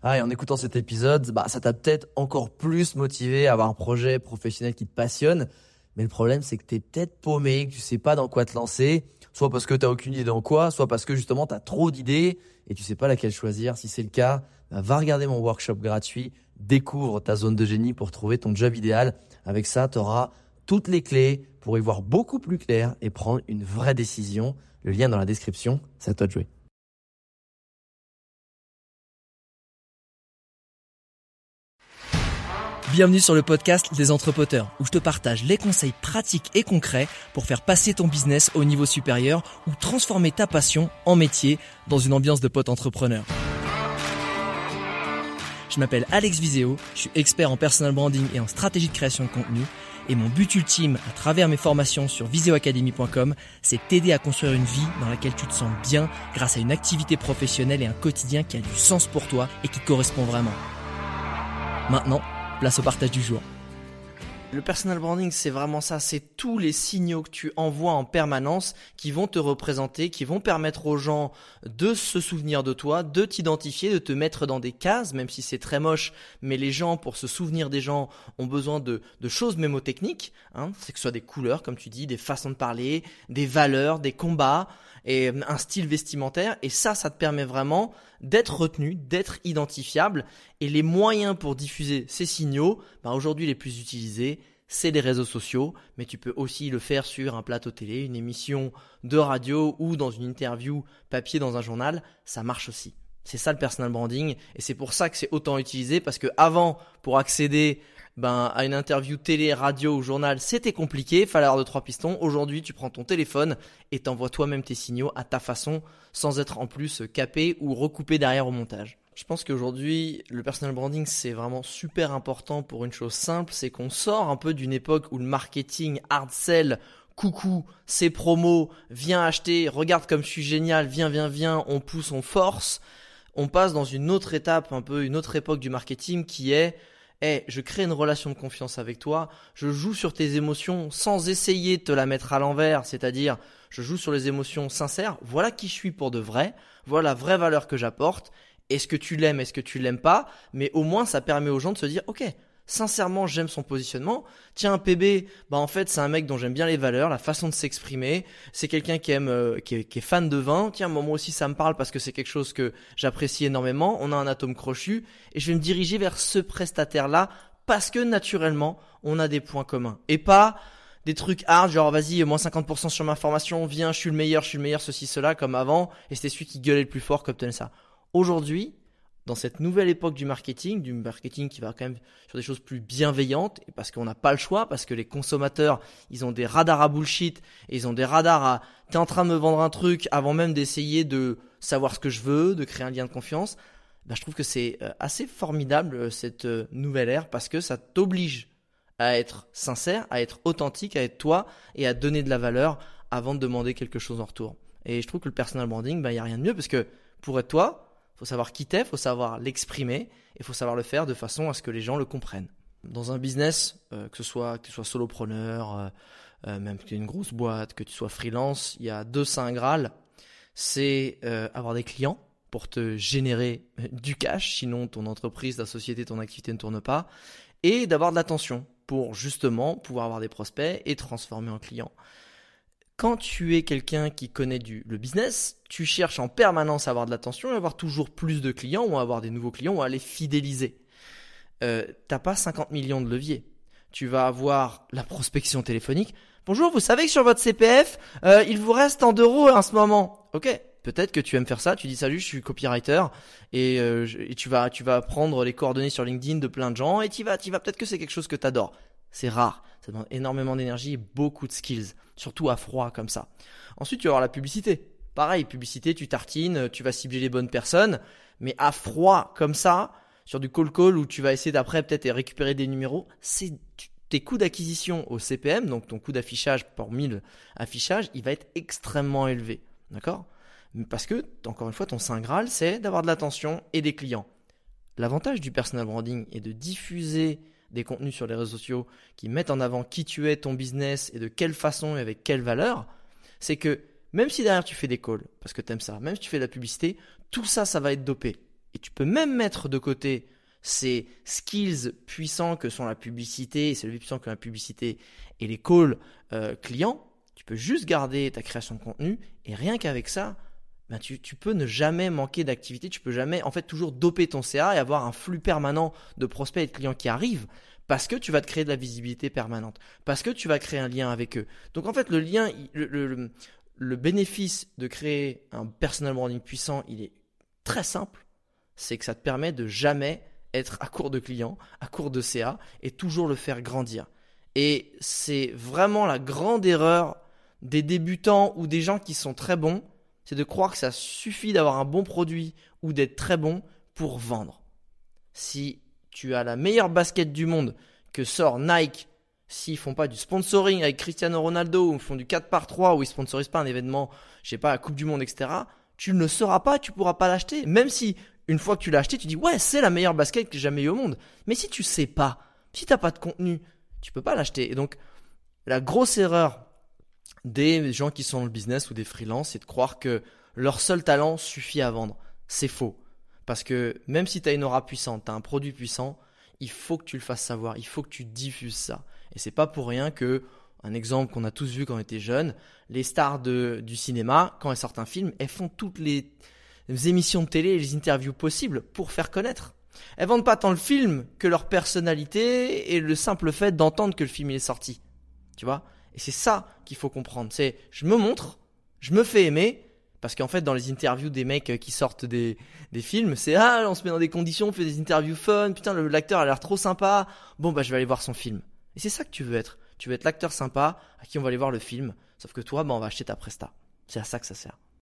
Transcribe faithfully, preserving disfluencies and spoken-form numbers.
Ah, et en écoutant cet épisode, bah, ça t'a peut-être encore plus motivé à avoir un projet professionnel qui te passionne. Mais le problème, c'est que t'es peut-être paumé, que tu sais pas dans quoi te lancer. Soit parce que t'as aucune idée dans quoi, soit parce que justement t'as trop d'idées et tu sais pas laquelle choisir. Si c'est le cas, bah, va regarder mon workshop gratuit. Découvre ta zone de génie pour trouver ton job idéal. Avec ça, tu auras toutes les clés pour y voir beaucoup plus clair et prendre une vraie décision. Le lien dans la description, c'est à toi de jouer. Bienvenue sur le podcast des Entrepoteurs, où je te partage les conseils pratiques et concrets pour faire passer ton business au niveau supérieur ou transformer ta passion en métier dans une ambiance de pote entrepreneur. Je m'appelle Alex Viseo, je suis expert en personal branding et en stratégie de création de contenu. Et mon but ultime, à travers mes formations sur viseo academy point com, c'est t'aider à construire une vie dans laquelle tu te sens bien grâce à une activité professionnelle et un quotidien qui a du sens pour toi et qui te correspond vraiment. Maintenant, place au partage du jour. Le personal branding, c'est vraiment ça, c'est tous les signaux que tu envoies en permanence qui vont te représenter, qui vont permettre aux gens de se souvenir de toi, de t'identifier, de te mettre dans des cases, même si c'est très moche, mais les gens, pour se souvenir des gens, ont besoin de, de choses mémotechniques, hein, c'est que ce soit des couleurs, comme tu dis, des façons de parler, des valeurs, des combats, et un style vestimentaire, et ça, ça te permet vraiment d'être retenu, d'être identifiable, et les moyens pour diffuser ces signaux, ben aujourd'hui les plus utilisés, c'est les réseaux sociaux, mais tu peux aussi le faire sur un plateau télé, une émission de radio ou dans une interview papier dans un journal, ça marche aussi. C'est ça le personal branding, et c'est pour ça que c'est autant utilisé, parce que avant, pour accéder ben, à une interview télé, radio ou journal, c'était compliqué, fallait avoir deux trois pistons. Aujourd'hui, tu prends ton téléphone et t'envoies toi-même tes signaux à ta façon, sans être en plus capé ou recoupé derrière au montage. Je pense qu'aujourd'hui, le personal branding, c'est vraiment super important pour une chose simple, c'est qu'on sort un peu d'une époque où le marketing hard sell, coucou, c'est promo, viens acheter, regarde comme je suis génial, viens, viens, viens, on pousse, on force. On passe dans une autre étape, un peu une autre époque du marketing qui est hey, je crée une relation de confiance avec toi, je joue sur tes émotions sans essayer de te la mettre à l'envers, c'est-à-dire je joue sur les émotions sincères, voilà qui je suis pour de vrai, voilà la vraie valeur que j'apporte, est-ce que tu l'aimes, est-ce que tu l'aimes pas, mais au moins ça permet aux gens de se dire ok, sincèrement j'aime son positionnement, tiens un P B, bah en fait c'est un mec dont j'aime bien les valeurs, la façon de s'exprimer, c'est quelqu'un qui aime, euh, qui, est, qui est fan de vin, tiens moi, moi aussi ça me parle parce que c'est quelque chose que j'apprécie énormément, on a un atome crochu et je vais me diriger vers ce prestataire-là parce que naturellement on a des points communs et pas des trucs hard genre vas-y moins cinquante pour cent sur ma formation, viens je suis le meilleur, je suis le meilleur ceci cela comme avant et c'était celui qui gueulait le plus fort qui obtenait ça. Aujourd'hui, dans cette nouvelle époque du marketing, du marketing qui va quand même sur des choses plus bienveillantes, et parce qu'on n'a pas le choix, parce que les consommateurs, ils ont des radars à bullshit, et ils ont des radars à « t'es en train de me vendre un truc » avant même d'essayer de savoir ce que je veux, de créer un lien de confiance, ben je trouve que c'est assez formidable cette nouvelle ère, parce que ça t'oblige à être sincère, à être authentique, à être toi, et à donner de la valeur avant de demander quelque chose en retour. Et je trouve que le personal branding, ben il n'y a rien de mieux, parce que pour être toi, faut savoir qui t'es, faut savoir l'exprimer et faut savoir le faire de façon à ce que les gens le comprennent. Dans un business, euh, que ce soit que tu sois solopreneur, euh, euh, même que tu aies une grosse boîte, que tu sois freelance, il y a deux saints graals. C'est euh, avoir des clients pour te générer du cash, sinon ton entreprise, ta société, ton activité ne tourne pas, et d'avoir de l'attention pour justement pouvoir avoir des prospects et transformer en clients. Quand tu es quelqu'un qui connaît du, le business, tu cherches en permanence à avoir de l'attention et à avoir toujours plus de clients ou à avoir des nouveaux clients ou à les fidéliser. Euh, t'as pas cinquante millions de leviers. Tu vas avoir la prospection téléphonique. Bonjour, vous savez que sur votre C P F, euh, il vous reste tant d'euros en ce moment. Ok, peut-être que tu aimes faire ça. Tu dis salut, je suis copywriter et, euh, et tu vas, tu vas prendre les coordonnées sur LinkedIn de plein de gens et tu vas, tu vas peut-être que c'est quelque chose que tu adores. C'est rare. Ça demande énormément d'énergie et beaucoup de skills, surtout à froid comme ça. Ensuite, tu vas avoir la publicité. Pareil, publicité, tu tartines, tu vas cibler les bonnes personnes, mais à froid comme ça, sur du call call où tu vas essayer d'après peut-être récupérer des numéros, c'est tes coûts d'acquisition au C P M, donc ton coût d'affichage pour mille affichages, il va être extrêmement élevé. D'accord ? Parce que, encore une fois, ton saint graal, c'est d'avoir de l'attention et des clients. L'avantage du personal branding est de diffuser des contenus sur les réseaux sociaux qui mettent en avant qui tu es, ton business et de quelle façon et avec quelle valeur, c'est que même si derrière tu fais des calls, parce que tu aimes ça, même si tu fais de la publicité, tout ça, ça va être dopé. et tu peux même mettre de côté ces skills puissants que sont la publicité, c'est le puissant que la publicité et les calls euh, clients, tu peux juste garder ta création de contenu et rien qu'avec ça, ben tu, tu peux ne jamais manquer d'activité, tu peux jamais en fait toujours doper ton C A et avoir un flux permanent de prospects et de clients qui arrivent parce que tu vas te créer de la visibilité permanente, parce que tu vas créer un lien avec eux. Donc en fait le lien, le, le, le, le bénéfice de créer un personal branding puissant, il est très simple, c'est que ça te permet de jamais être à court de clients, à court de C A et toujours le faire grandir. Et c'est vraiment la grande erreur des débutants ou des gens qui sont très bons, c'est de croire que ça suffit d'avoir un bon produit ou d'être très bon pour vendre. Si tu as la meilleure basket du monde que sort Nike, s'ils font pas du sponsoring avec Cristiano Ronaldo ou font du quatre par trois ou ils sponsorisent pas un événement, je sais pas, la Coupe du Monde, et cetera, tu ne le sauras pas, tu pourras pas l'acheter. Même si une fois que tu l'as acheté, tu dis ouais, c'est la meilleure basket que j'ai jamais eu au monde. Mais si tu sais pas, si tu n'as pas de contenu, tu peux pas l'acheter. Et donc, la grosse erreur des gens qui sont dans le business ou des freelances, c'est de croire que leur seul talent suffit à vendre. C'est faux. Parce que même si tu as une aura puissante, tu as un produit puissant, il faut que tu le fasses savoir, il faut que tu diffuses ça. Et c'est pas pour rien que, un exemple qu'on a tous vu quand on était jeunes, les stars de, du cinéma, quand elles sortent un film, elles font toutes les émissions de télé et les interviews possibles pour faire connaître. Elles vendent pas tant le film que leur personnalité et le simple fait d'entendre que le film il est sorti. Tu vois ? Et c'est ça qu'il faut comprendre. C'est, je me montre, je me fais aimer, parce qu'en fait, dans les interviews des mecs qui sortent des, des films, c'est, ah, on se met dans des conditions, on fait des interviews fun, putain, le, l'acteur a l'air trop sympa, bon, bah, je vais aller voir son film. Et c'est ça que tu veux être. Tu veux être l'acteur sympa à qui on va aller voir le film, sauf que toi, bah, on va acheter ta presta. C'est à ça que ça sert.